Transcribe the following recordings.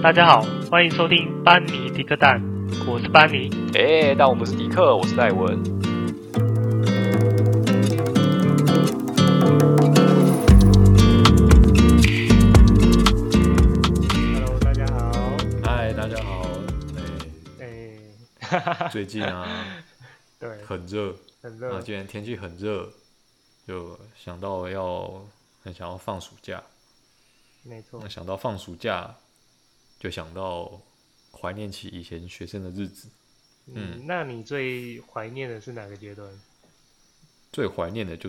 大家好，欢迎收听班尼迪克蛋，我是班尼。 但我不是迪克，我是戴文。 Hello， 大家好。 嗨，大家好。最近啊， 对， 很热， 很热。 今天天气很热，就想到很想要放暑假。 没错。 那想到放暑假，就想到怀念起以前学生的日子。 那你最怀念的是哪个阶段？ 最怀念的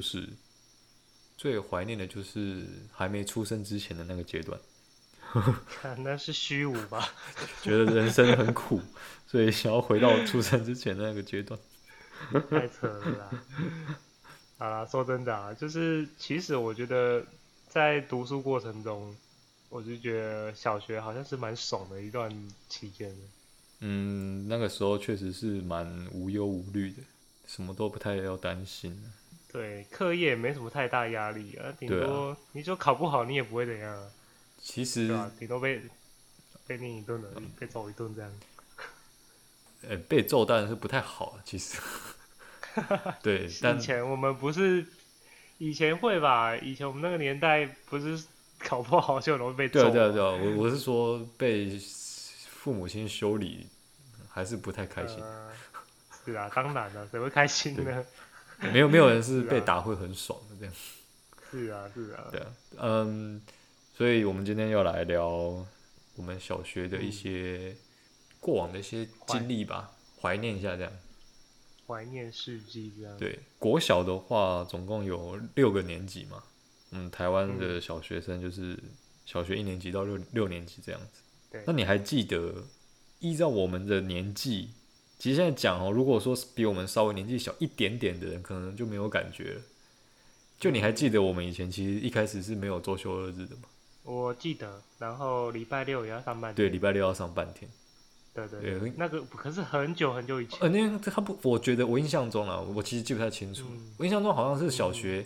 就是还没出生之前的那个阶段。 那是虚无吧？ 觉得人生很苦，所以想要回到出生之前的那个阶段。 太扯了啦！好啦，说真的啊，就是其实我觉得在读书过程中，我就觉得小学好像是蛮爽的一段期间的。 那个时候确实是蛮无忧无虑的，什么都不太要担心。 对，课业也没什么太大压力啊，顶对啊， 多你就考不好，你也不会怎样啊， 其实对吧？顶多被念一顿而已，被揍一顿这样。 被揍当然是不太好，其实。对，但以前我们不是，以前会吧？以前我们那个年代不是考不好就容易被揍。 对啊，我是说被父母亲修理还是不太开心。 是啊，当然了，谁会开心呢？ 没有人是被打会很爽的这样。 是啊。 对啊，所以我们今天要来聊我们小学的一些过往的一些经历吧，怀念一下这样。 怀念事迹这样。 对，国小的话总共有6个年级嘛，台湾的小学生就是小学1年级到六年级这样子。 对。 那你还记得，依照我们的年纪，其实现在讲如果说比我们稍微年纪小一点点的人，可能就没有感觉了。就你还记得我们以前其实一开始是没有周休2日的吗？ 我记得，然后礼拜六也要上半天。 对，礼拜六要上半天。 对，那个可是很久很久以前。 那他不，我觉得我印象中我其实记不太清楚。我印象中好像是小学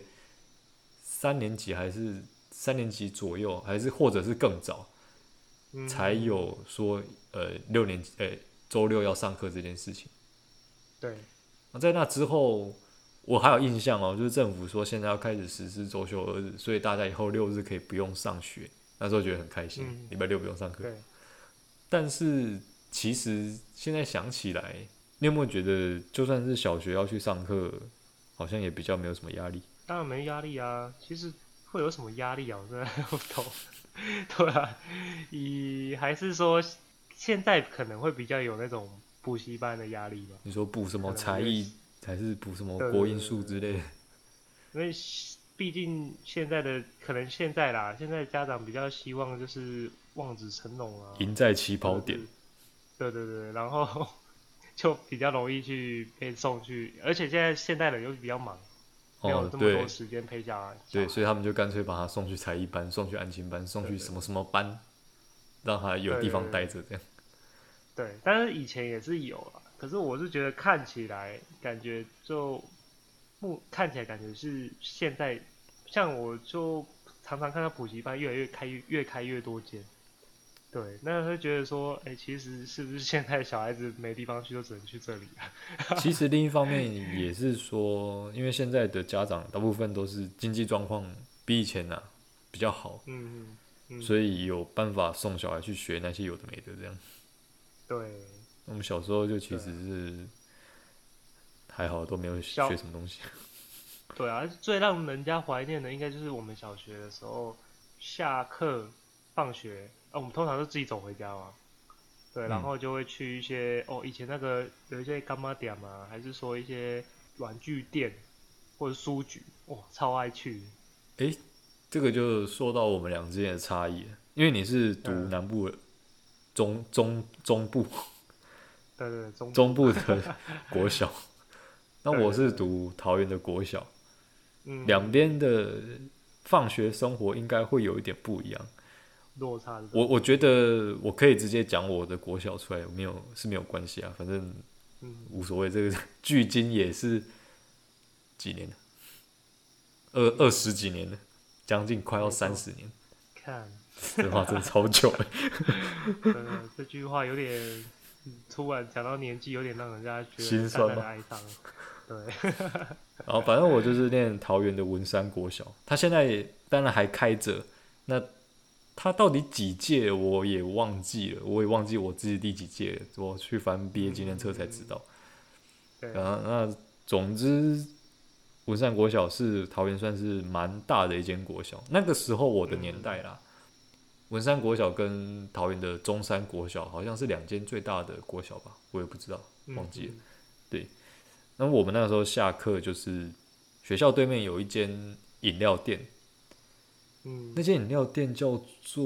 3年级还是3年级左右，还是或者是更早，才有说6年级周六要上课这件事情。 对。 在那之后，我还有印象就是政府说现在要开始实施周休2日，所以大家以后6日可以不用上学。那时候觉得很开心，礼拜六不用上课。但是其实现在想起来，你有没有觉得，就算是小学要去上课，好像也比较没有什么压力？ 当然没压力啊，其实会有什么压力啊？我真的不懂。对啊，还是说现在可能会比较有那种补习班的压力吧？ 你说补什么才艺，还是补什么国音数之类的？ 因为毕竟现在现在家长比较希望就是望子成龙啊， 赢在起跑点。 对，然后就比较容易去被送去，而且现代人又比较忙，没有这么多时间陪小孩。 对，所以他们就干脆把他送去才艺班，送去安亲班，送去什么什么班，让他有地方待着这样。 对，但是以前也是有啊，可是我是觉得看起来感觉是现在，像我就常常看到补习班越开越多间。对，那会觉得说，其实是不是现在小孩子没地方去，就只能去这里啊？ 其实另一方面也是说，因为现在的家长大部分都是经济状况比以前比较好，所以有办法送小孩去学那些有的没的这样。 对， 我们小时候就其实是还好都没有学什么东西。 对啊，最让人家怀念的应该就是我们小学的时候，下课、放学，我们通常是自己走回家嘛。对，然后就会去一些以前那个有一些干妈店嘛，还是说一些玩具店或者书局，超爱去。 这个就说到我们俩之间的差异了，因为你是读南部的中部， 对， 中部的国小，那我是读桃园的国小，两边的放学生活应该会有一点不一样。 落差的。 我觉得我可以直接讲我的国小出来，没有关系啊，反正无所谓。这个距今也是几年了，20几年了，将近快要30年。 看， 这话真的超久了。 这句话有点突然讲到年纪，有点让人家觉得心酸吗？ 哀伤。对。 然后反正我就是念桃园的文山国小，他现在当然还开着。那他到底几届我也忘记了，我也忘记我自己第几届了，我去翻毕业纪念册才知道。那总之，文山国小是桃园算是蛮大的一间国小。那个时候我的年代啦，文山国小跟桃园的中山国小好像是2间最大的国小吧，我也不知道，忘记了。对，那我们那个时候下课就是学校对面有一间饮料店，那间饮料店叫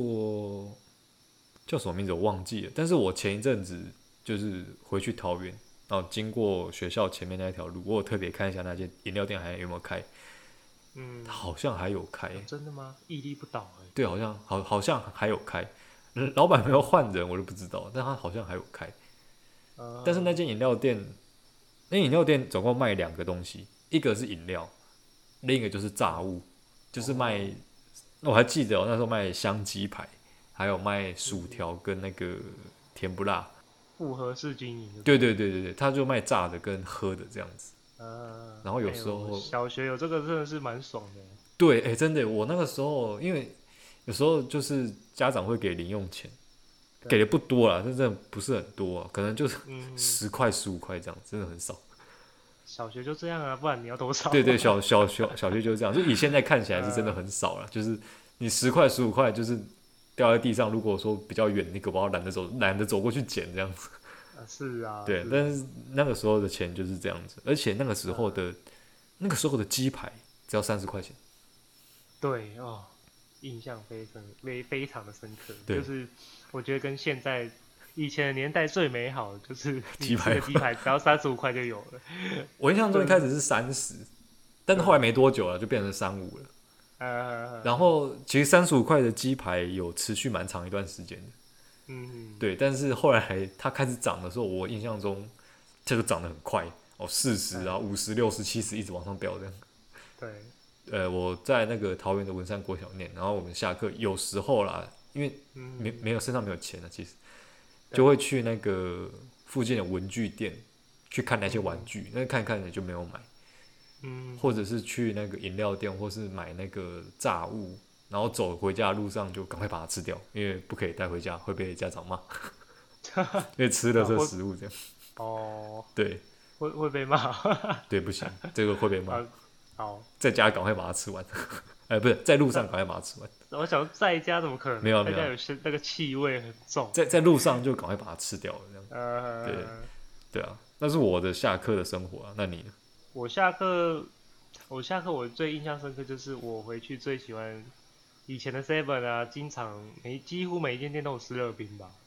什么名字我忘记了，但是我前一阵子就是回去桃园，然后经过学校前面那条路，我有特别看一下那间饮料店还有没有开，好像还有开。 真的吗？屹立不倒欸。 对，好像还有开，老板没有换人我就不知道，但他好像还有开。但是那间饮料店，总共卖2个东西，一个是饮料，另一个就是炸物，就是卖。我还记得那时候卖香鸡排，还有卖薯条跟那个甜不辣。 复合式经营。 对，他就卖炸的跟喝的这样子。然后有时候小学有这个真的是蛮爽的。 对，真的，我那个时候因为有时候就是家长会给零用钱，给的不多啦，但真的不是很多可能就是10块15块这样，真的很少。 小学就这样啊，不然你要多少？ 对，小学就是这样，就以现在看起来是真的很少了，就是你10块15块就是掉在地上，如果说比较远，你可不懒得走过去捡这样子。 是啊。 对，但是那个时候的钱就是这样子，而且那个时候的鸡排只要30块钱。 对哦，印象非常的深刻。就是我觉得跟现在以前的年代最美好的就是鸡排只要35块就有了。 我印象中一开始是30，但是后来没多久了就变成35了。然后其实35块的鸡排有持续蛮长一段时间的。对，但是后来它开始涨的时候，我印象中这就涨得很快，40啊、50、60、70一直往上飙这样。 对。 我在那个桃园的文山国小念，然后我们下课有时候啦，因为身上没有钱了，其实就会去那个附近的文具店去看那些玩具，那看看也就没有买。或者是去那个饮料店，或是买那个炸物，然后走回家的路上就赶快把它吃掉，因为不可以带回家，会被家长骂。因为吃了这食物这样。对。 会被骂。 对，不行，这个会被骂。 好， 在家赶快把它吃完。不是，在路上赶快把它吃完。 我想在家怎么可能？ 没有， 在家有那个气味很重。 在路上就赶快把它吃掉了这样。 对啊，那是我的下课的生活啊。那你呢？ 我下课我最印象深刻就是我回去最喜欢以前的 Seven 啊，几乎每一间店都有湿热冰吧。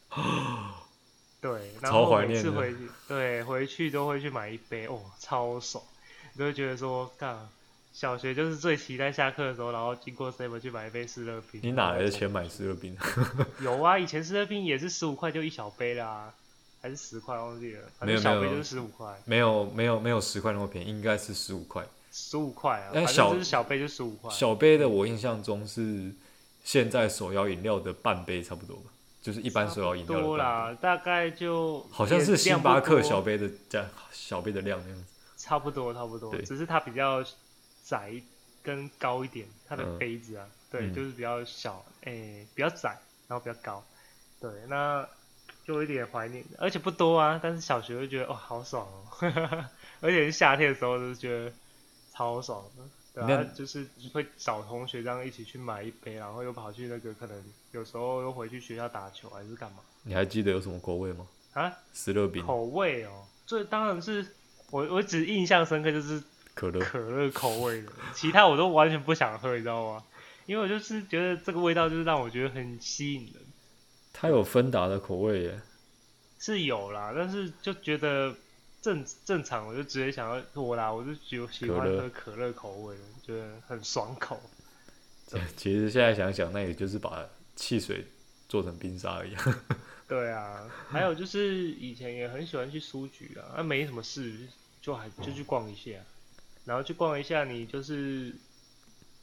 对，然后每次回去都会去买一杯，超爽。你就会觉得说，小学就是最期待下课的时候，然后经过 Seven 去买一杯湿热冰。 你哪来的钱买湿热冰？ 有啊，以前湿热冰也是15块就一小杯啦。还是10块忘记了，反正小杯就是15块。 没有10块那么便宜，应该是15块。 15块啊，反正就是小杯就15块。 小杯的我印象中是现在手摇饮料的半杯差不多吧，就是一般手摇饮料的半杯。 多啦，大概就好像是星巴克小杯的量那样子。 差不多，只是它比较窄跟高一点，它的杯子啊，对，就是比较小，比较窄，然后比较高，对，那。就有一点怀念，而且不多啊，但是小学就觉得好爽而且是夏天的时候就觉得超爽的，对啊，就是会找同学这样一起去买一杯，然后又跑去那个可能有时候又回去学校打球还是干嘛。 你还记得有什么口味吗？湿热冰口味最当然是我只印象深刻就是可乐口味的，其他我都完全不想喝，你知道吗？因为我就是觉得这个味道就是让我觉得很吸引人。 它有芬达的口味耶， 是有啦，但是就觉得正常，我就直接想要我就喜欢喝可乐口味的，觉得很爽口。 其实现在想想，那也就是把汽水做成冰沙而已。 对啊，还有就是以前也很喜欢去书局啊，没什么事就去逛一下，然后去逛一下，你就是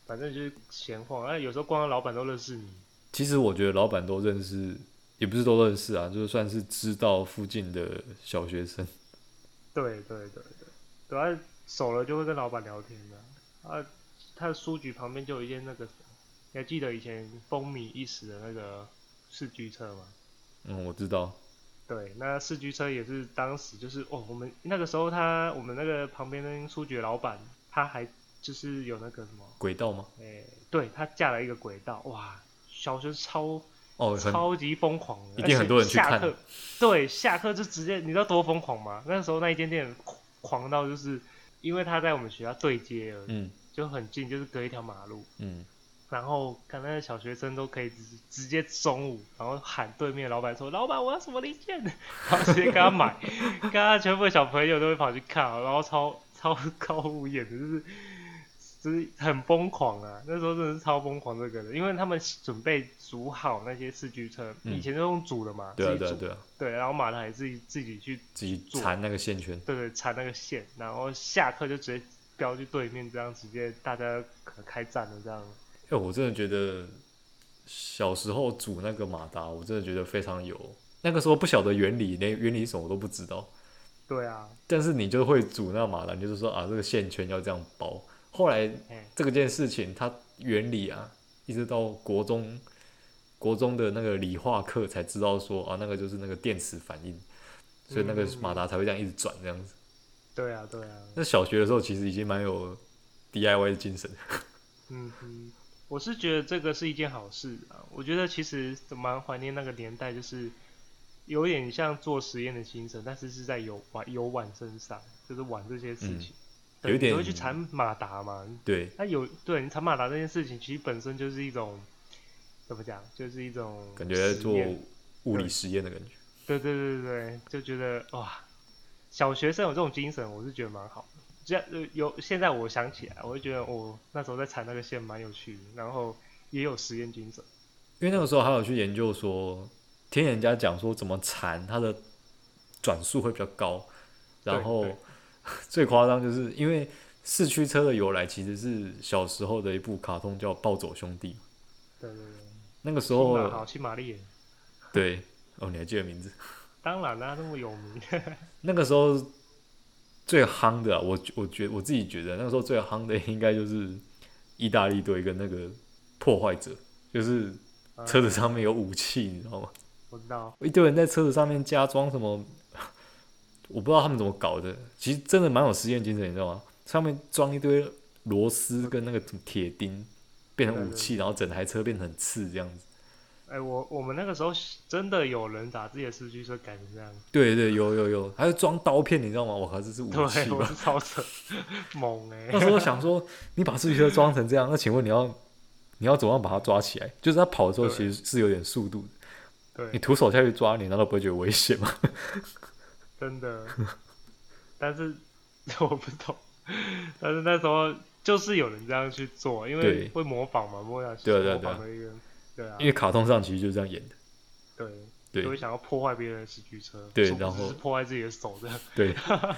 反正就是闲晃，有时候逛到老板都认识你。 其实我觉得老板都认识，也不是都认识啊，就算是知道附近的小学生。 对，他熟了就会跟老板聊天的。他的书局旁边就有一间那个，你还记得以前风靡一时的那个四驱车吗？ 我知道。 对，那四驱车也是当时就是我们那个时候我们那个旁边那书局的老板，他还就是有那个什么轨道吗？ 对，他架了一个轨道，哇，小学超级疯狂的， 一定很多人去看。 对，下课就直接，你知道多疯狂吗？那时候那一间店狂到就是，因为他在我们学校对接而已，就很近，就是隔一条马路。然后看那个小学生都可以直接中午，然后喊对面老板说：“老板，我要什么零件？”然后直接跟他买，跟他全部的小朋友都会跑去看，然后超高无眼的，就是很疯狂啊！那时候真的是超疯狂这个的，因为他们准备煮好那些四驱车，以前都用煮的嘛， 对啊， 对，然后马台自己去缠那个线圈， 对，缠那个线，然后下课就直接飙去对面，这样直接大家可开战了这样。 我真的觉得小时候组那个马达，我真的觉得非常有。那个时候不晓得原理，连原理什么都不知道。 对啊。 但是你就会组那个马达，你就是说这个线圈要这样包。后来这件事情它原理啊，一直到国中的那个理化课才知道说那个就是那个电磁反应，所以那个马达才会这样一直转这样子。 对啊。 那小学的时候其实已经蛮有 DIY 的精神。 我是觉得这个是一件好事啊。我觉得其实蛮怀念那个年代，就是有点像做实验的精神，但是是在游玩身上，就是玩这些事情。 有一点。 你会去缠马达嘛？ 对。 对你缠马达这件事情，其实本身就是一种怎么讲，就是一种感觉在做物理实验的感觉。 对，就觉得哇，小学生有这种精神，我是觉得蛮好的。现在我想起来，我就觉得那时候在缠那个线蛮有趣的，然后也有实验精神。 因为那个时候还有去研究说，听人家讲说怎么缠它的转速会比较高，然后最夸张就是因为四驱车的由来其实是小时候的一部卡通叫《暴走兄弟》。 对。 那个时候。 新玛丽。 对，你还记得名字？ 当然啦，那么有名。 那个时候最夯的我自己觉得那个时候最夯的应该就是意大利队跟那个破坏者，就是车子上面有武器，你知道吗？ 我知道。 一堆人在车子上面加装什么，我不知道他们怎么搞的，其实真的蛮有实验精神，你知道吗？上面装一堆螺丝跟那个铁钉，变成武器，然后整台车变成很刺这样子。 我们那个时候真的有人把自己的四驱车改成这样。 对，有，还有装刀片，你知道吗？我靠，这是武器吧？ 对，我是超扯，猛那时候想说，你把四驱车装成这样，那请问你要怎么样把它抓起来？就是它跑的时候其实是有点速度的。 对。 你徒手下去抓，你难道不会觉得危险吗？ 真的。但是我不懂，但是那时候就是有人这样去做，因为会模仿嘛，模仿的一个。对啊， 因为卡通上其实就是这样演的。 对，就会想要破坏别人的四驱车， 对，然后是破坏自己的手这样。 对。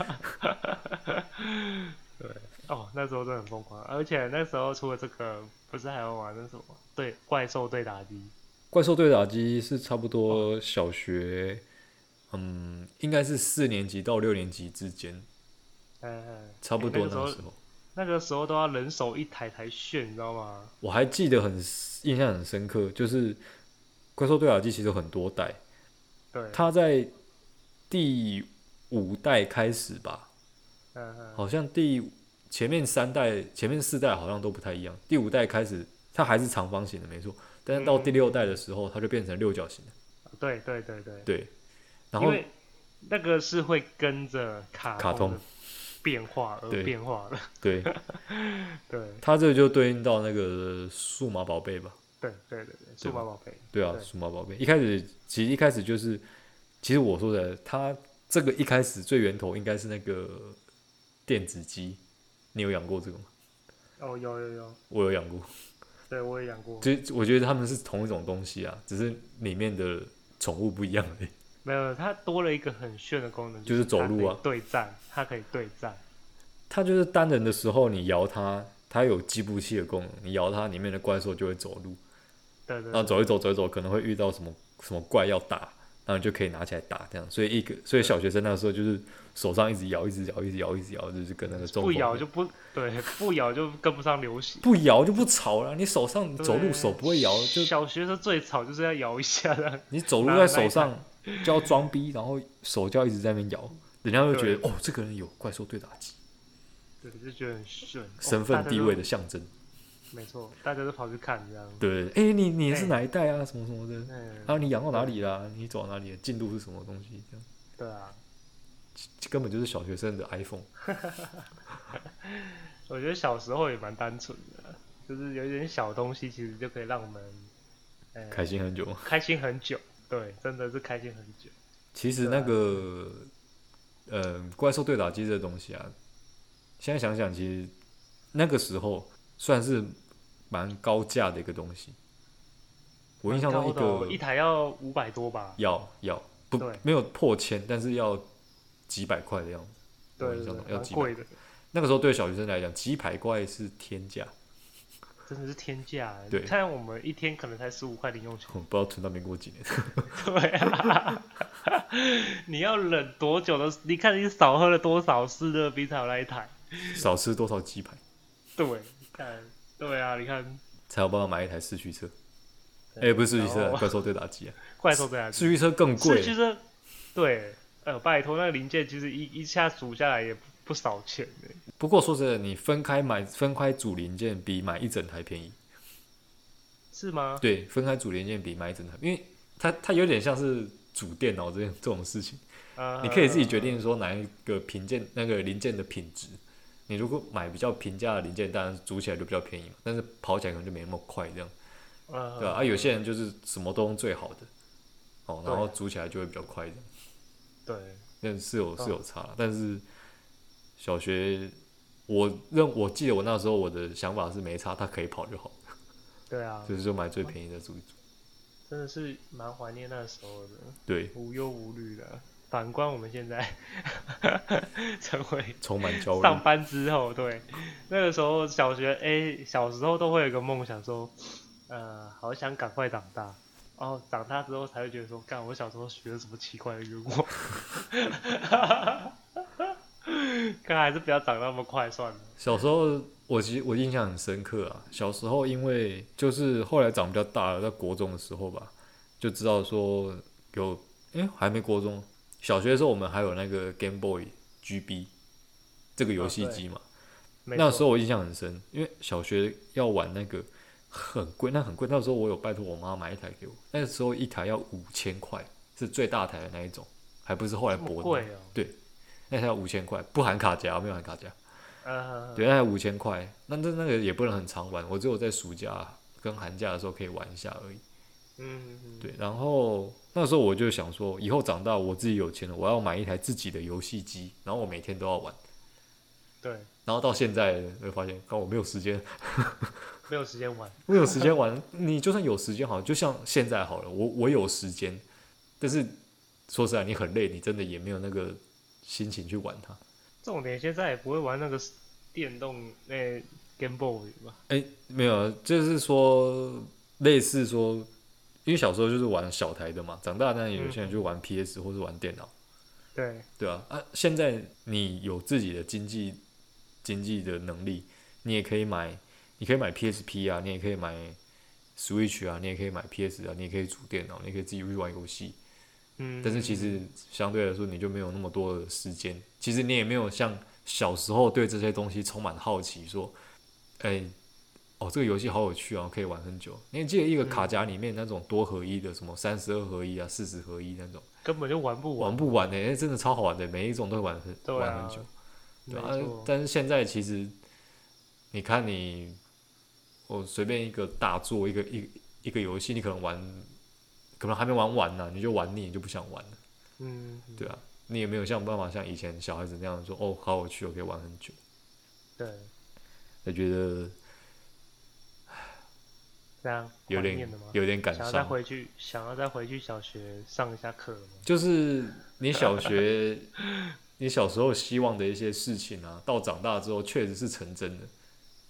对。那时候真的很疯狂，而且那时候除了这个，不是还有玩那什么？对，怪兽对打机。 怪兽对打机是差不多小学，应该是4年级到6年级之间。差不多那个时候。 那个时候都要人手一台才炫，你知道吗？ 我还记得印象很深刻，就是怪兽对打机其实有很多代。 对。 它在第5代开始吧。好像前面4代好像都不太一样。第5代开始，它还是长方形的，没错。但是到第6代的时候，它就变成6角形的。 对。 对。然后因为那个是会跟着卡通变化而变化的。 对。它这个就对应到那个数码宝贝吧。 对，数码宝贝。 对啊，数码宝贝一开始就是，其实我说的，它这个一开始最源头应该是那个电子鸡。你有养过这个吗？ 有。 我有养过。 对，我也养过。 就我觉得他们是同一种东西啊，只是里面的宠物不一样而已。 没有，它多了一个很炫的功能， 就是走路啊。 它可以对战。它就是单人的时候，你摇它， 它有计步器的功能，你摇它，里面的怪兽就会走路。 对对。 然后走一走，可能会遇到什么怪要打，然后你就可以拿起来打这样。所以小学生那个时候就是手上一直摇，就是跟那个中不摇就不对，不摇就跟不上流行。 不摇就不吵了，你手上走路手不会摇，就小学生最吵就是要摇一下的。 你走路在手上就要装逼，然后手就要一直在那边摇，人家会觉得哦，这个人有怪兽对打机， 对，就觉得很炫， 身份地位的象征。 没错，大家都跑去看这样。 对，你是哪一代啊？什么什么的，你养到哪里啦？你走到哪里？进度是什么东西？这样。 对啊， 根本就是小学生的 iPhone。 我觉得小时候也蛮单纯的，就是有一点小东西，其实就可以让我们开心很久。 开心很久，对，真的是开心很久。 其实那个怪兽对打机这东西啊，现在想想，其实那个时候算是蛮高价的一个东西。我印象中一台要500多吧？ 要不没有破千，但是要几百块的样子。 对， 要几贵的。 那个时候对小学生来讲，几百块是天价， 真的是天价。 对， 看我们一天可能才15块零用钱， 我不知道存到民国几年。 对啊，你要忍多久的？你看你少喝了多少士乐冰才有那一台， 少吃多少鸡排？ 对，对啊，你看才有办法买一台四驱车。不是四驱车，怪兽对打机啊！ 怪兽对打机， 四驱车更贵。 四驱车，对，拜托，那个零件其实一下数下来也不少钱的。 不过说真的，你分开组零件比买一整台便宜。 是吗？ 对，分开组零件比买一整台，因为它有点像是组电脑这种事情，你可以自己决定说哪一个那个零件的品质。你如果买比较平价的零件，当然组起来就比较便宜嘛，但是跑起来可能就没那么快这样。对啊，有些人就是什么都用最好的，然后组起来就会比较快这样。 对， 那是有差，但是小学我记得我那时候我的想法是没差，它可以跑就好。 对啊， 就买最便宜的组一组。 真的是蛮怀念那时候的， 对， 无忧无虑的。反观我们现在成为充满焦虑， 上班之后，对，那个时候小时候都会有一个梦想说，好想赶快长大，然后长大之后才会觉得说，干，我小时候学了什么奇怪的愿望，看还是不要长那么快算了。 小时候我印象很深刻啊，小时候因为就是后来长比较大了，在国中的时候吧，就知道说还没国中，小学的时候我们还有那个 Game Boy GB 这个游戏机嘛，那时候我印象很深，因为小学要玩那个很贵，那时候我有拜托我妈买一台给我，那个时候一台要5000块，是最大台的那一种，还不是后来薄的。 贵哦。 对，那台要5000块，不含卡夹，没有含卡夹。对，那台5000块，那个也不能很常玩，我只有在暑假跟寒假的时候可以玩一下而已。对，然后那时候我就想说，以后长大我自己有钱了，我要买一台自己的游戏机，然后我每天都要玩。 对。 然后到现在会发现，我没有时间， 没有时间玩， 没有时间玩。你就算有时间好，就像现在好了，我有时间，但是说实在，你很累，你真的也没有那个心情去玩它。 重点现在也不会玩那个电动Game Boy 吧？ 没有，就是说类似说，因为小时候就是玩小台的嘛，长大那有些人就玩 PS 或是玩电脑。对啊，现在你有自己的经济的能力，你可以买 PSP 啊，你也可以买 Switch 啊，你也可以买 PS 啊，你也可以组电脑，你也可以自己去玩游戏。但是其实相对来说，你就没有那么多的时间。其实你也没有像小时候对这些东西充满好奇，说，这个游戏好有趣啊，可以玩很久。你记得一个卡夹里面那种多合一的，什么32合一啊、40合一那种， 根本就玩不完的，真的超好玩的，每一种都会玩很久。对啊，但是现在其实，你看我随便一个大作一个游戏，你可能还没玩完呢，你就玩腻，你就不想玩了。对啊，你也没有办法像以前小孩子那样说，好有趣，我可以玩很久。 对， 就觉得， 这样有点感伤。 想要再回去小学上一下课了吗？ 就是你小学，你小时候希望的一些事情啊，到长大之后确实是成真的。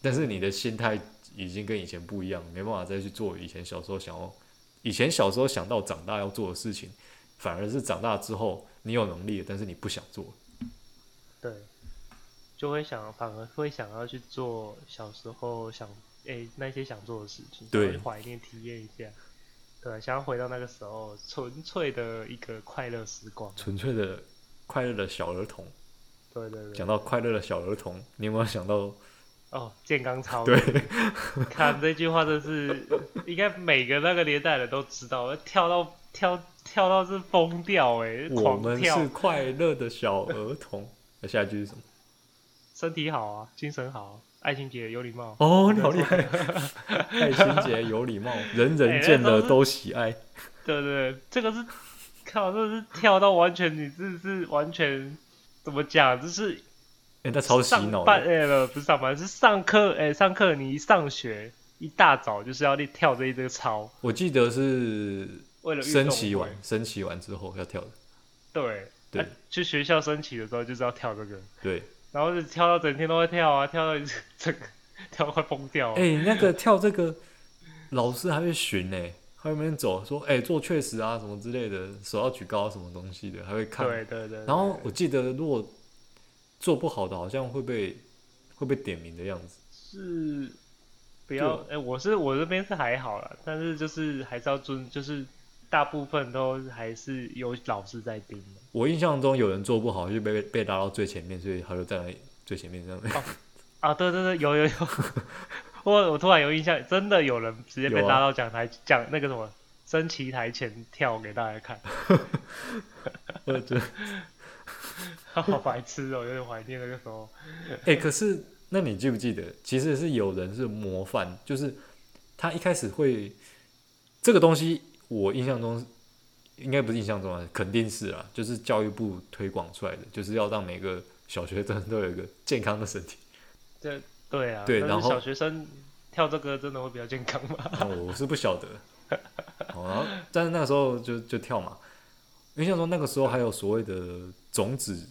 但是你的心态已经跟以前不一样，没办法再去做以前小时候想到长大要做的事情，反而是长大之后你有能力了，但是你不想做。 对，就会反而会想要去做小时候那些想做的事情，想要去怀念体验一下。对，想要回到那个时候纯粹的一个快乐时光， 纯粹的快乐的小儿童。 对对对。 讲到快乐的小儿童，你有没有想到？ 健康操。 对， 看这句话真是应该每个那个年代的都知道，跳到是疯掉我们是快乐的小儿童。下一句是什么？ 身体好啊，精神好，爱情节有礼貌。 你好厉害！爱情节有礼貌，人人见了都喜爱。 对对，这个是靠，这是跳到完全，你这是完全怎么讲？就是他超洗脑的。 不是上班，是上课。上课你一上学一大早就是要跳这个操。我记得是为了升旗完之后要跳的。 对，去学校升旗的时候就是要跳这个。 对。 然后就跳到整天都会跳啊，跳到整个跳到快疯掉了。 那个跳这个，老师还会巡他在那边走说做确实啊什么之类的，手要举高什么东西的，还会看。 对。然后我记得如果做不好的，好像会被点名的样子。 是，不要我这边是还好啦，但是就是还是要就是大部分都还是有老师在盯的。 我印象中有人做不好就被拉到最前面，所以他就站在最前面这样。 对，有。我突然有印象，真的有人直接被拉到讲台讲那个什么升旗台前跳给大家看。 我觉得好白痴有点怀念那个时候。 可是那你记不记得，其实是有人是模范，就是他一开始会这个东西，我印象中应该不是印象中啊，肯定是啦，就是教育部推广出来的，就是要让每个小学生都有一个健康的身体。 对啊。 对，然后小学生跳这个真的会比较健康吗？ 我是不晓得。然后但是那个时候就跳嘛，印象中那个时候还有所谓的种子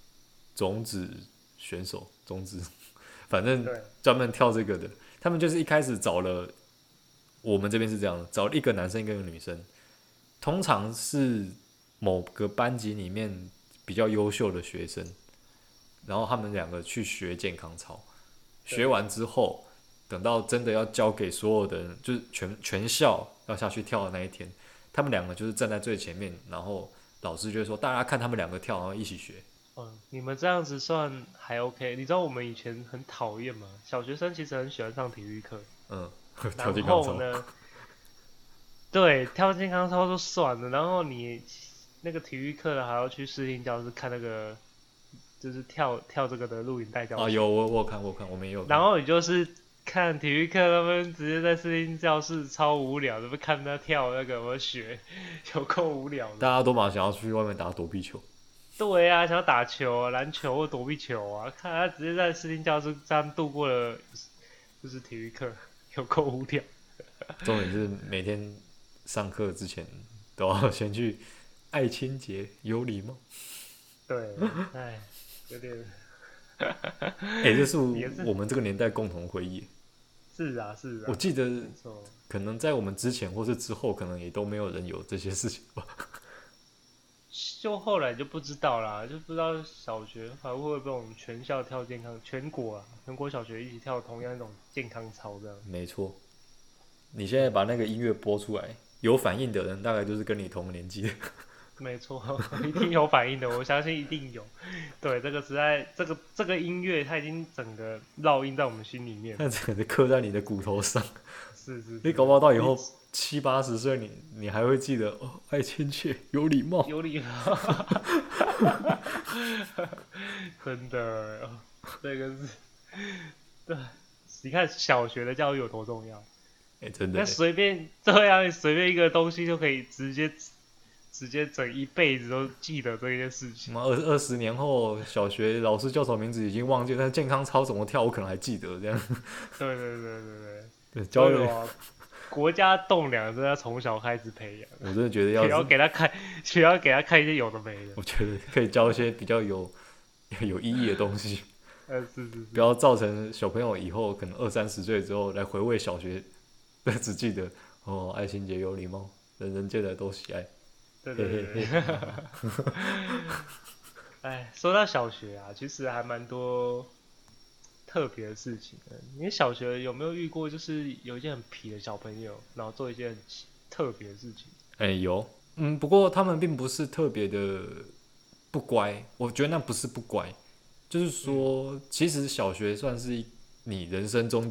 选手，反正专门跳这个的，他们就是一开始找了，我们这边是这样，找了一个男生一个女生，通常是某个班级里面比较优秀的学生，然后他们两个去学健康操，学完之后，等到真的要交给所有的人，就是全校要下去跳的那一天，他们两个就是站在最前面，然后老师就会说大家看他们两个跳，然后一起学。 你们这样子算还 OK。你知道我们以前很讨厌吗？小学生其实很喜欢上体育课。 跳健康操。 然后呢，对，跳健康操就算了，然后你那个体育课的还要去视听教室看那个，就是跳这个的录影带教室。 有我有看，我们也有看。 然后你就是看体育课，他们直接在视听教室超无聊的，看他跳那个我学，有够无聊的。 大家都蛮想要去外面打躲避球。 对啊，想要打球啊，篮球或躲避球啊，看他直接在视听教室这样度过了，就是体育课，有够无聊。 重点是每天上课之前都要先去爱清洁有礼貌。 对，有点。 这是我们这个年代共同回忆。 是啊。 我记得可能在我们之前或是之后，可能也都没有人有这些事情吧。 就后来就不知道啦，就不知道小学还会不会被我们全校跳健康，全国小学一起跳同样那种健康操这样。 没错。你现在把那个音乐播出来，有反应的人大概就是跟你同个年纪的。 没错，一定有反应的，我相信一定有。对，这个时代，这个音乐，它已经整个烙印在我们心里面， 它整个刻在你的骨头上。 是。 你搞不好到以后70-80岁，你还会记得爱亲切，有礼貌。 有礼貌。真的，这个是，对，你看小学的教育有多重要。 真的。 那随便这样，随便一个东西就可以直接整一辈子都记得这件事情。 20年后，小学老师叫什么名字已经忘记，但是健康操怎么跳，我可能还记得这样。 对，教育国家栋梁真的要从小开始培养。 我真的觉得学校给他看一些有的没的。 我觉得可以教一些比较有意义的东西。 是， 不要造成小朋友以后可能20-30岁之后来回味小学，只记得爱情节有礼貌，人人见了都喜爱。 对。哎，说到小学啊，其实还蛮多特别的事情的。你小学有没有遇过，就是有一件很皮的小朋友，然后做一件很特别的事情？ 有，不过他们并不是特别的不乖，我觉得那不是不乖，就是说，其实小学算是你人生中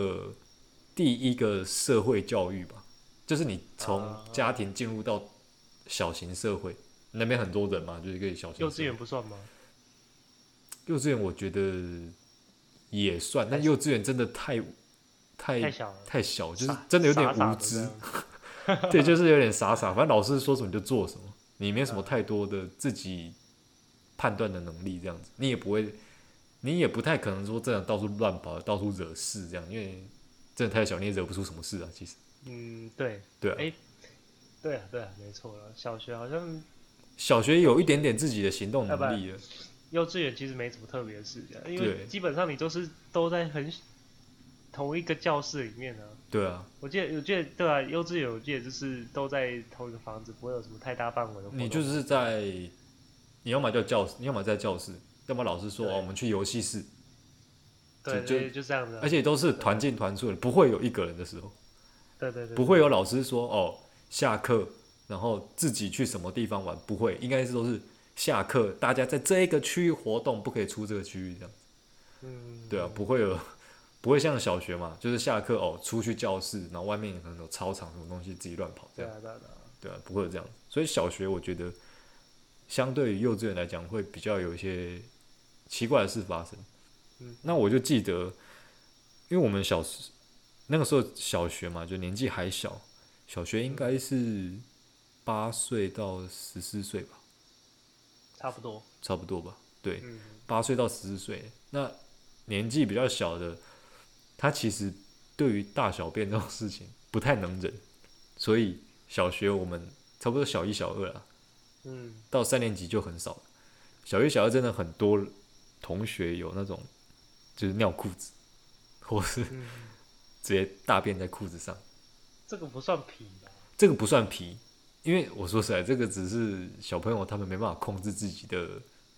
第一个社会教育吧，就是你从家庭进入到小型社会，那边很多人嘛，就是一个小型社会。 幼稚园不算吗？ 幼稚园我觉得也算，但幼稚园真的太小了， 太小，就是真的有点无知。对，就是有点傻傻，反正老师说什么就做什么，你没什么太多的自己判断的能力，这样子，你也不太可能说真的到处乱跑，到处惹事这样，因为真的太小，你也惹不出什么事啊，其实。 对。 对啊。 对啊，没错了。 小学有一点点自己的行动能力了。 幼稚园其实没什么特别的事，因为基本上你都在同一个教室里面啊。 对啊。 我记得对啊，幼稚园我记得就是都在同一个房子，不会有什么太大范围的活动。 你就是你要么在教室，要么老师说我们去游戏室。 对，就这样子。 而且都是团进团出的，不会有一个人的时候。 对。 不会有老师说下课然后自己去什么地方玩，不会，应该是都是下课大家在这一个区域活动，不可以出这个区域这样子。对啊，不会像小学嘛，就是下课出去教室，然后外面可能有操场什么东西自己乱跑这样。对啊，不会有这样子。所以小学我觉得相对于幼稚园来讲，会比较有一些奇怪的事发生。那我就记得，因为我们那个时候小学嘛，就年纪还小，小学应该是8岁到14岁吧， 差不多吧，对，8岁到14岁，那年纪比较小的，他其实对于大小便这种事情不太能忍，所以小学我们差不多小1、小2啦，到3年级就很少了。小1、小2真的很多同学有那种就是尿裤子，或是直接大便在裤子上。 这个不算皮吧？ 这个不算皮，因为我说实在，这个只是小朋友他们没办法控制自己的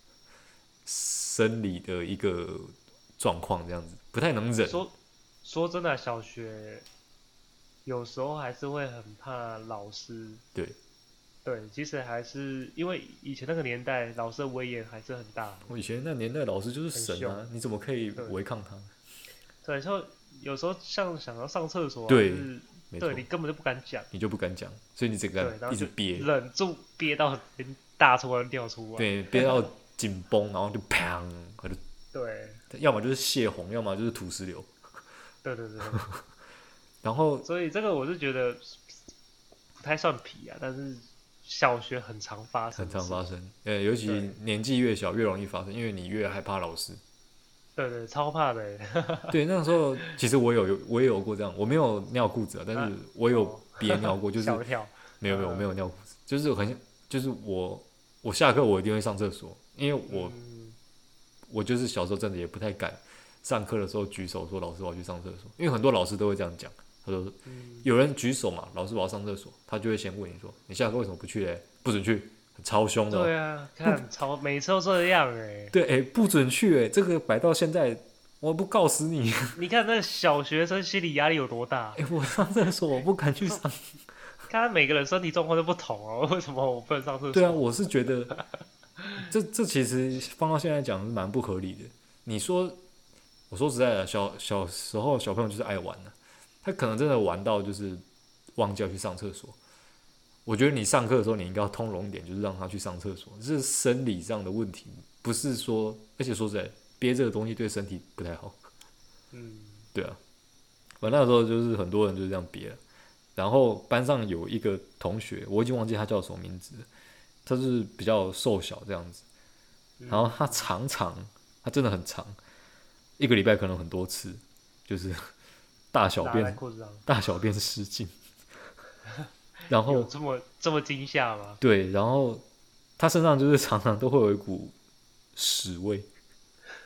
生理的一个状况，这样子不太能忍。 说真的，小学有时候还是会很怕老师。对，其实还是因为以前那个年代，老师的威严还是很大。 我以前那年代老师就是神啊，你怎么可以违抗他？ 对，有时候像想要上厕所， 对， 你根本就不敢讲， 你就不敢讲，所以你整个一直憋， 忍住憋到大出来掉出来， 对，憋到紧绷，然后就砰， 对， 要么就是泄洪，要么就是土石流。 对。 然后， 所以这个我是觉得不太算皮啊，但是小学很常发生， 尤其年纪越小越容易发生，因为你越害怕老师。 对，超怕的。 对，那时候其实我也有过这样，我没有尿裤子啊，但是我有憋尿过，就是没有我没有尿裤子，就是我下课我一定会上厕所，因为我就是小时候真的也不太敢上课的时候举手说老师我要去上厕所，因为很多老师都会这样讲，他说有人举手嘛，老师我要上厕所，他就会先问你说你下课为什么不去嘞？不准去。超凶的。 对啊，看每次都这样对不准去这个摆到现在，我不告死你。 你看那小学生心理压力有多大？ 我上厕所我不敢去上。 看每个人身体状况都不同为什么我不能上厕所？ 对啊，我是觉得这其实放到现在讲是蛮不合理的。你说，我说实在的，小时候小朋友就是爱玩的，他可能真的玩到就是忘记要去上厕所。我觉得你上课的时候，你应该要通融一点，就是让他去上厕所，这是生理上的问题，不是说，而且说实在，憋这个东西对身体不太好。对啊，我那时候就是很多人就是这样憋了，然后班上有一个同学，我已经忘记他叫什么名字了，他是比较瘦小这样子，然后他他真的很长，一个礼拜可能很多次，就是大小便失禁。然后有这么惊吓吗？ 对，然后他身上就是常常都会有一股屎味，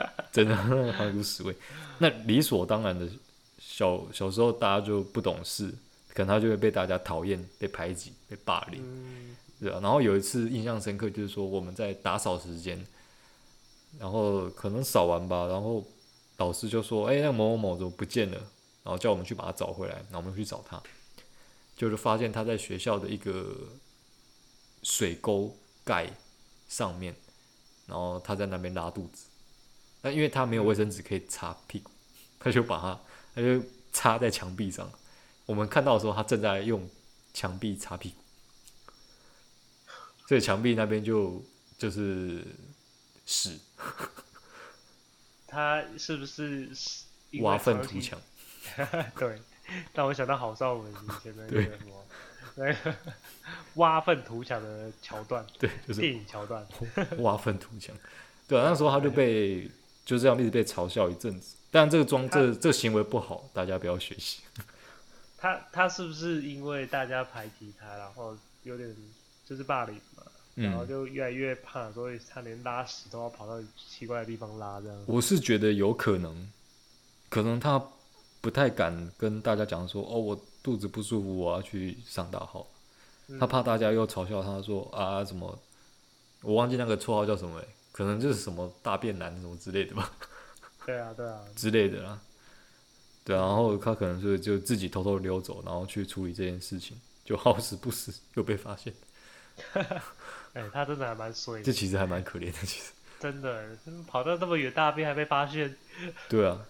真的还有股屎味。那理所当然的小时候大家就不懂事，可能他就会被大家讨厌、被排挤、被霸凌，对啊。然后有一次印象深刻，就是说我们在打扫时间，然后可能扫完吧，然后老师就说：“哎，那个某某某怎么不见了？”然后叫我们去把他找回来，然后我们去找他，就是发现他在学校的一个水沟盖上面，然后他在那边拉肚子。那因为他没有卫生纸可以擦屁股，他就插在墙壁上。我们看到的时候，他正在用墙壁擦屁股，所以墙壁那边就是屎。 他是不是挖粪涂墙？ 对，让我想到郝邵文以前的那个什么，那个挖粪涂墙的桥段， 对，就是电影桥段， 挖粪涂墙。对啊，那时候他就就这样一直被嘲笑一阵子。但这个行为不好，大家不要学习。 他是不是因为大家排挤他，然后有点就是霸凌嘛，然后就越来越怕，所以他连拉屎都要跑到奇怪的地方拉这样。 我是觉得有可能他不太敢跟大家讲说，哦，我肚子不舒服，我要去上大号。他怕大家又嘲笑他说啊什么，我忘记那个绰号叫什么了，可能就是什么大便男什么之类的吧。 对啊， 之类的啦。对啊，然后他可能就自己偷偷溜走，然后去处理这件事情，就好死不死又被发现。 他真的还蛮衰的。 这其实还蛮可怜的，其实。 真的，跑到那么远大便还被发现。 对啊。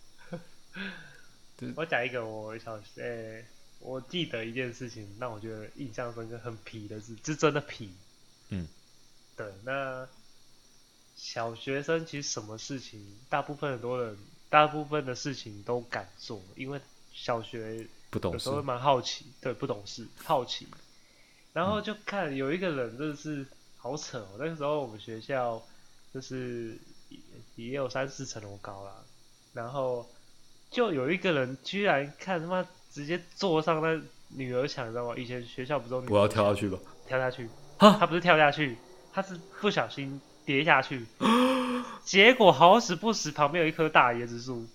我讲一个我记得一件事情，让我觉得印象深刻，很皮的是，是真的皮。对，那小学生其实什么事情，大部分的事情都敢做，因为小学有时候会蛮好奇，对，不懂事，好奇，然后就看有一个人真的是好扯哦，那个时候我们学校就是也有3-4层楼高啦，然后就有一个人居然看他妈直接坐上那女儿墙，你知道吗？以前学校不是有女儿墙， 我要跳下去吧？ 跳下去，他不是跳下去，他是不小心跌下去，结果好死不死旁边有一棵大椰子树，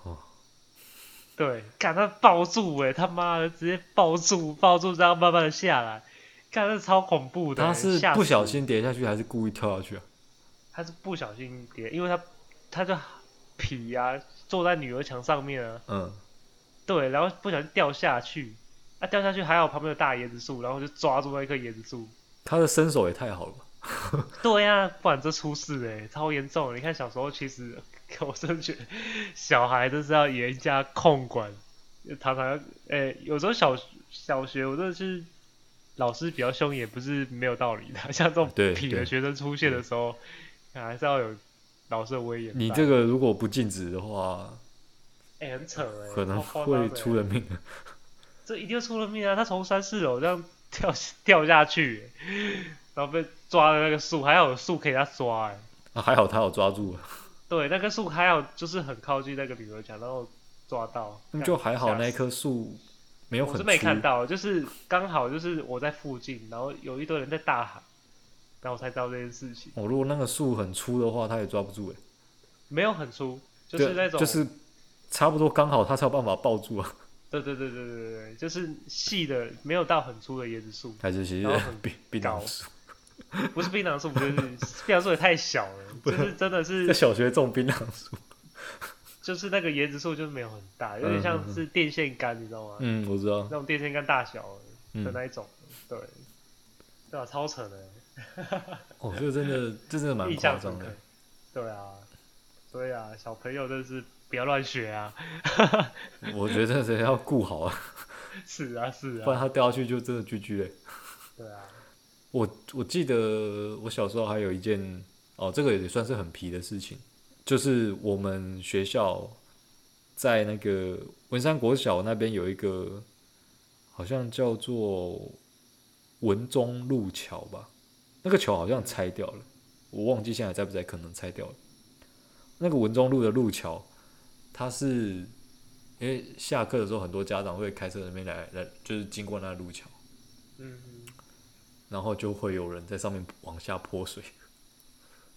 对，干他抱住他妈的直接抱住这样慢慢的下来，干这超恐怖的。 他是不小心跌下去还是故意跳下去啊？ 他是不小心跌，因为他就皮啊坐在女儿墙上面啊，对，然后不小心掉下去，掉下去还好旁边有大椰子树，然后就抓住那一棵椰子树。 他的身手也太好了吧？ 对啊，不然这出事超严重。你看小时候其实我真的觉得小孩真是要严加控管，常常有时候小学我真的是老师比较凶也不是没有道理的，像这种痞的学生出现的时候，还是要有老师的威严。 你这个如果不禁止的话， 很扯可能会出人命的。 这一定出人命啊！他从3-4楼这样掉下去，然后被抓的那个树，还好有树可以他抓还好他有抓住了。 对，那棵树还好，就是很靠近那个女儿墙，然后抓到。 那就还好，那棵树没有很粗。 我是没看到，就是刚好就是我在附近，然后有一堆人在大喊，然后我才知道这件事情。 如果那个树很粗的话，他也抓不住没有很粗，就是那种， 就是差不多刚好，他才有办法抱住啊。 对，就是细的，没有到很粗的椰子树， 还是其实槟榔树。 不是槟榔树，就是槟榔树也太小了，就是真的是在小学种槟榔树， 就是那个椰子树就是没有很大，有点像是电线杆，你知道吗？ 我知道那种电线杆大小的那一种，对啊，超扯的。 这真的蛮夸张的。 对啊，所以啊，小朋友真的是不要乱学啊。 我觉得真的要顾好啊。 是啊， 不然他掉下去就真的GG嘞。 对啊。 我记得我小时候还有一件这个也算是很皮的事情，就是我们学校在那个文山国小那边有一个好像叫做文中路桥吧，那个桥好像拆掉了，我忘记现在在不在，可能拆掉了。那个文中路的路桥，它是因为下课的时候很多家长会开车那边来，就是经过那路桥，然后就会有人在上面往下泼水。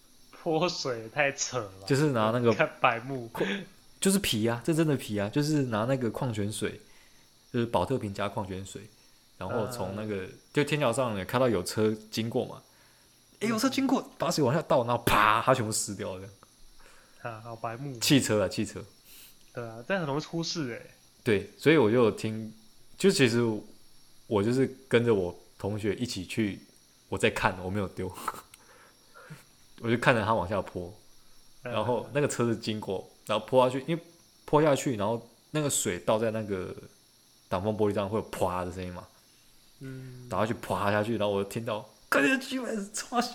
泼水太扯了， 就是拿那个看白目， 就是皮啊，这真的皮啊，就是拿那个矿泉水，就是保特瓶加矿泉水，然后从那个就天桥上看到有车经过嘛，有车经过，把水往下倒，然后啪，它全部湿掉了。 好白目。 汽车啊，汽车。 对啊，这样很容易出事哎。 对，所以我就有听，就其实我就是跟着我同学一起去，我在看，我没有丢，我就看着他往下泼，然后那个车子经过，然后泼下去，因为泼下去，然后那个水倒在那个挡风玻璃上会有啪的声音嘛，打下去啪下去，然后我听到，看见基本是超小，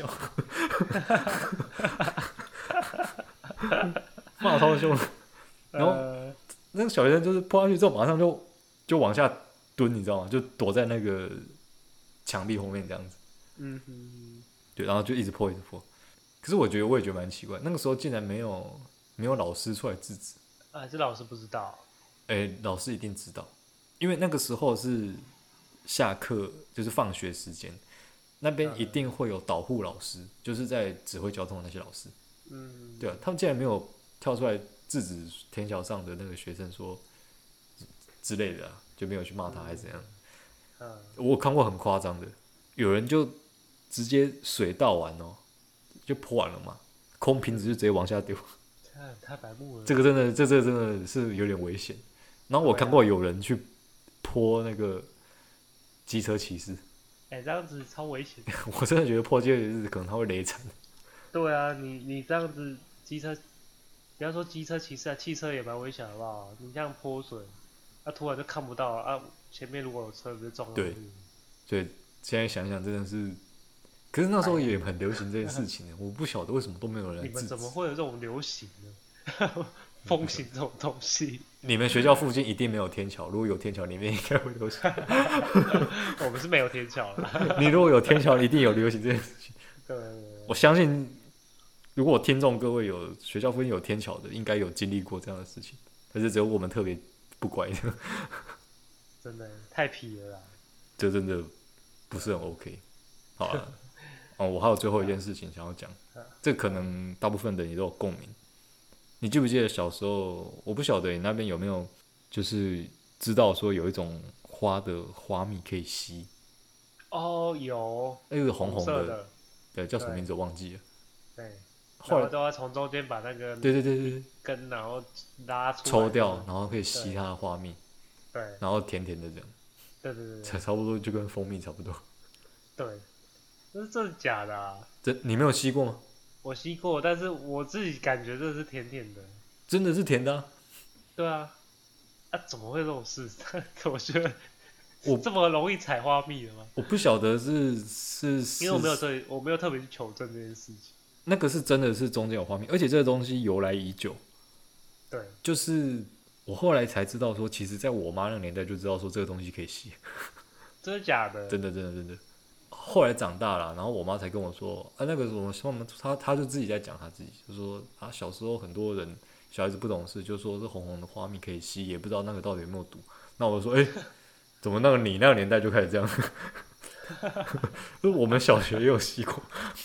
骂超凶，然后那个小学生就是泼下去之后，马上就往下蹲，你知道吗？就躲在那个墙壁后面这样子。对，然后就一直泼，一直泼。可是我也觉得蛮奇怪，那个时候竟然没有老师出来制止。 这老师不知道。 老师一定知道，因为那个时候是下课，就是放学时间，那边一定会有导护老师，就是在指挥交通的那些老师。对啊，他们竟然没有跳出来制止天桥上的那个学生说之类的就没有去骂他还是怎样。我看过很夸张的，有人就直接水倒完就泼完了嘛，空瓶子就直接往下丢。 太白目了。这真的是有点危险。然后我看过有人去泼那个机车骑士。 这样子超危险。 我真的觉得泼机车骑士可能他会雷惨。 对啊，你这样子机车，不要说机车骑士汽车也蛮危险好不好？你这样泼水，突然就看不到前面如果有车直接撞到你。对， 所以现在想想真的是，可是那时候也很流行这件事情我不晓得为什么都没有人制止。 你们怎么会有这种流行呢？风行这种东西。 你们学校附近一定没有天桥，如果有天桥，里面应该会流行。 我们是没有天桥啦。 你如果有天桥，一定有流行这件事情。 对， 我相信，如果听众各位有学校附近有天桥的，应该有经历过这样的事情，可是只有我们特别不乖的。 真的太皮了啦。 这真的不是很 OK。好了，我还有最后一件事情想要讲，这可能大部分的你都有共鸣。你记不记得小时候？我不晓得你那边有没有，就是知道说有一种花的花蜜可以吸。 有。 那个红红的，对，叫什么名字我忘记了。 对。后来都要从中间把那个对根，然后拉出来抽掉，然后可以吸它的花蜜。 对。 然后甜甜的这样。 对。 差不多就跟蜂蜜差不多。 对。这是真的假的啊？ 你没有吸过吗？ 我吸过，但是我自己感觉这是甜甜的。 真的是甜的对啊。怎么会这种事？我觉得这么容易采花蜜的吗？ 我不晓得是因为我没有特别去求证这件事情。 那个是真的是中间有花蜜，而且这个东西由来已久。 对。就是我后来才知道说，其实在我妈那个年代就知道说这个东西可以吸。 真的假的？ 真的。后来长大了，然后我妈才跟我说，那个什么，她就自己在讲她自己，就说小时候很多人小孩子不懂事，就说是红红的花蜜可以吸，也不知道那个到底有没有毒。那我说，怎么你那个年代就开始这样？我们小学也有吸过。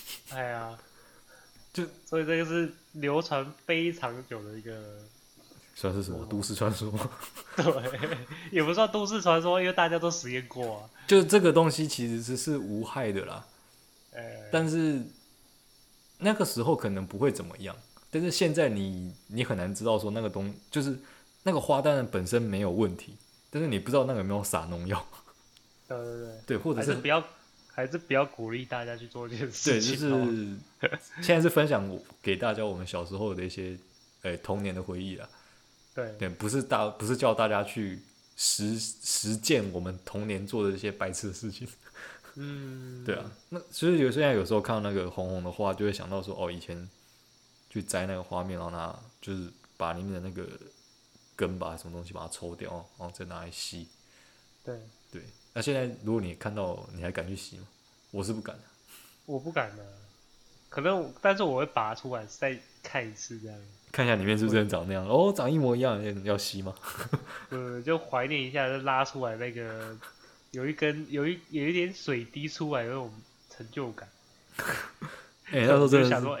所以这个是流传非常久的一个。 算是什么都市传说吗？ 对，也不算都市传说，因为大家都实验过啊。 就这个东西其实是无害的啦，但是那个时候可能不会怎么样，但是现在你很难知道说那个就是那个花当然本身没有问题，但是你不知道那个有没有撒农药。对，或者是还是不要鼓励大家去做这件事情。 对，就是现在是分享给大家我们小时候的一些童年的回忆啦。对，不是叫大家去实践我们童年做的这些白痴的事情。对啊，那其实现在有时候看到那个红红的花，就会想到说，以前去摘那个花面，然后就是把里面的那个根吧，什么东西把它抽掉，然后再拿来吸。对，那现在如果你看到，你还敢去吸吗？我是不敢的。 我不敢的，可能，但是我会拔出来再看一次这样。 看一下里面是不是真的长那样？长一模一样，要吸吗？ 就怀念一下，就拉出来那个有一点水滴出来的那种成就感。 那时候真的就想说，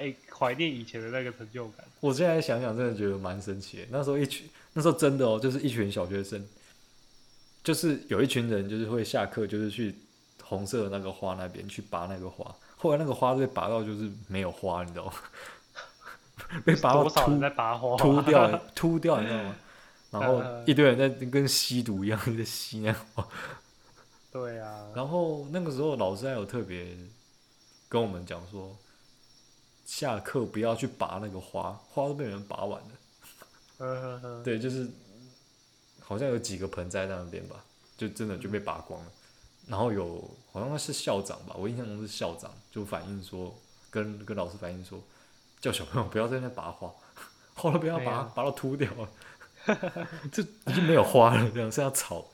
怀念以前的那个成就感。 我现在想想，真的觉得蛮神奇的。那时候真的就是一群小学生，就是有一群人就是会下课就是去红色的那个花那边去拔那个花，后来那个花被拔到就是没有花，你知道吗？被拔到多少人在拔花， 秃掉，你知道吗？然后一堆人在跟吸毒一样在吸那个花。 对啊。 然后那个时候老师还有特别跟我们讲说，下课不要去拔那个花，花都被人拔完了。对，就是好像有几个盆栽在那边吧，就真的就被拔光了。然后好像是校长吧，我印象中是校长就反映说，跟老师反映说，叫小朋友不要在那拔花，花都不要拔，拔到秃掉了，就已经没有花了，这样剩下草。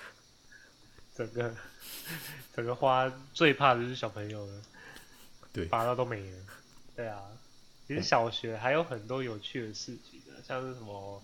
整个花最怕的就是小朋友了， 对， 拔到都没了。对啊，其实小学还有很多有趣的事情的，像是什么，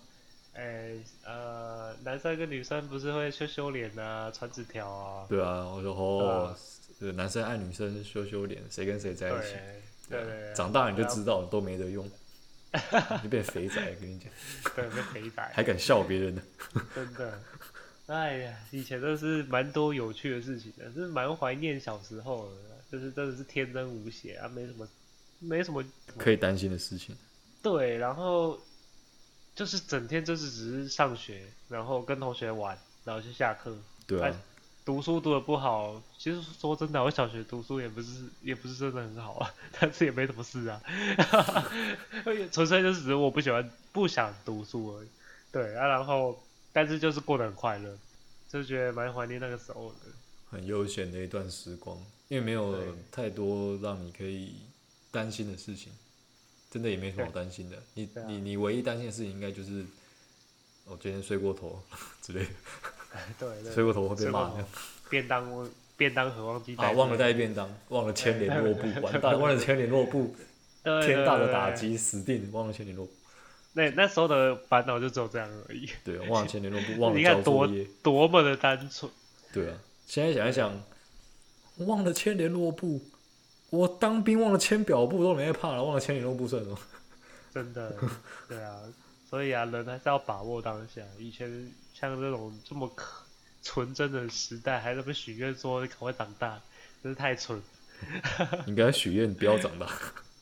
男生跟女生不是会羞脸啊，传纸条啊。 对啊，我说男生爱女生羞脸，谁跟谁在一起？ 对， 长大你就知道都没得用，你就变肥仔，跟你讲。 对，变肥仔， 还敢笑别人呢？ 真的。哎呀，以前都是蛮多有趣的事情的，就是蛮怀念小时候的，就是真的是天真无邪啊，没什么可以担心的事情。 对，然后就是整天就是只是上学，然后跟同学玩，然后去下课。 对啊。 读书读得不好，其实说真的，我小学读书也不是真的很好啊，但是也没什么事啊，纯粹就是只是我不想读书而已。对啊，然后但是就是过得很快乐，就觉得蛮怀念那个时候的。 很悠闲的一段时光，因为没有太多让你可以担心的事情，真的也没什么好担心的。你唯一担心的事情应该就是我今天睡过头之类的。 对， 睡过头会被骂。 便当盒忘记带忘了带便当，忘了牵联络簿，完蛋，忘了牵联络簿，天大的打击，死定，忘了牵联络簿。 那时候的烦恼就只有这样而已。 对，忘了牵联络簿，忘了交作业， 多么的单纯。 对啊，现在想一想，忘了牵联络簿，我当兵忘了签表簿都没在怕了，忘了牵联络簿算什么？ 真的，对啊，所以啊，人还是要把握当下。以前像这种这么纯真的时代，还在那许愿说赶快长大，真是太蠢。 应该许愿不要长大。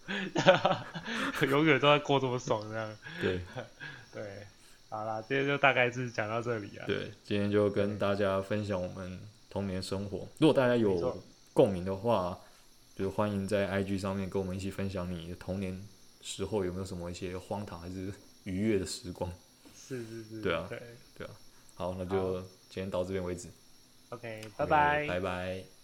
永远都在过这么爽这样。 对， 对，好啦，今天就大概是讲到这里啊。 对，今天就跟大家分享我们童年生活。如果大家有共鸣的话，就欢迎在 IG 上面跟我们一起分享你的童年时候有没有什么一些荒唐还是愉悦的时光。 是。 对啊。好，那就今天到这边为止。 OK，拜拜。 拜拜。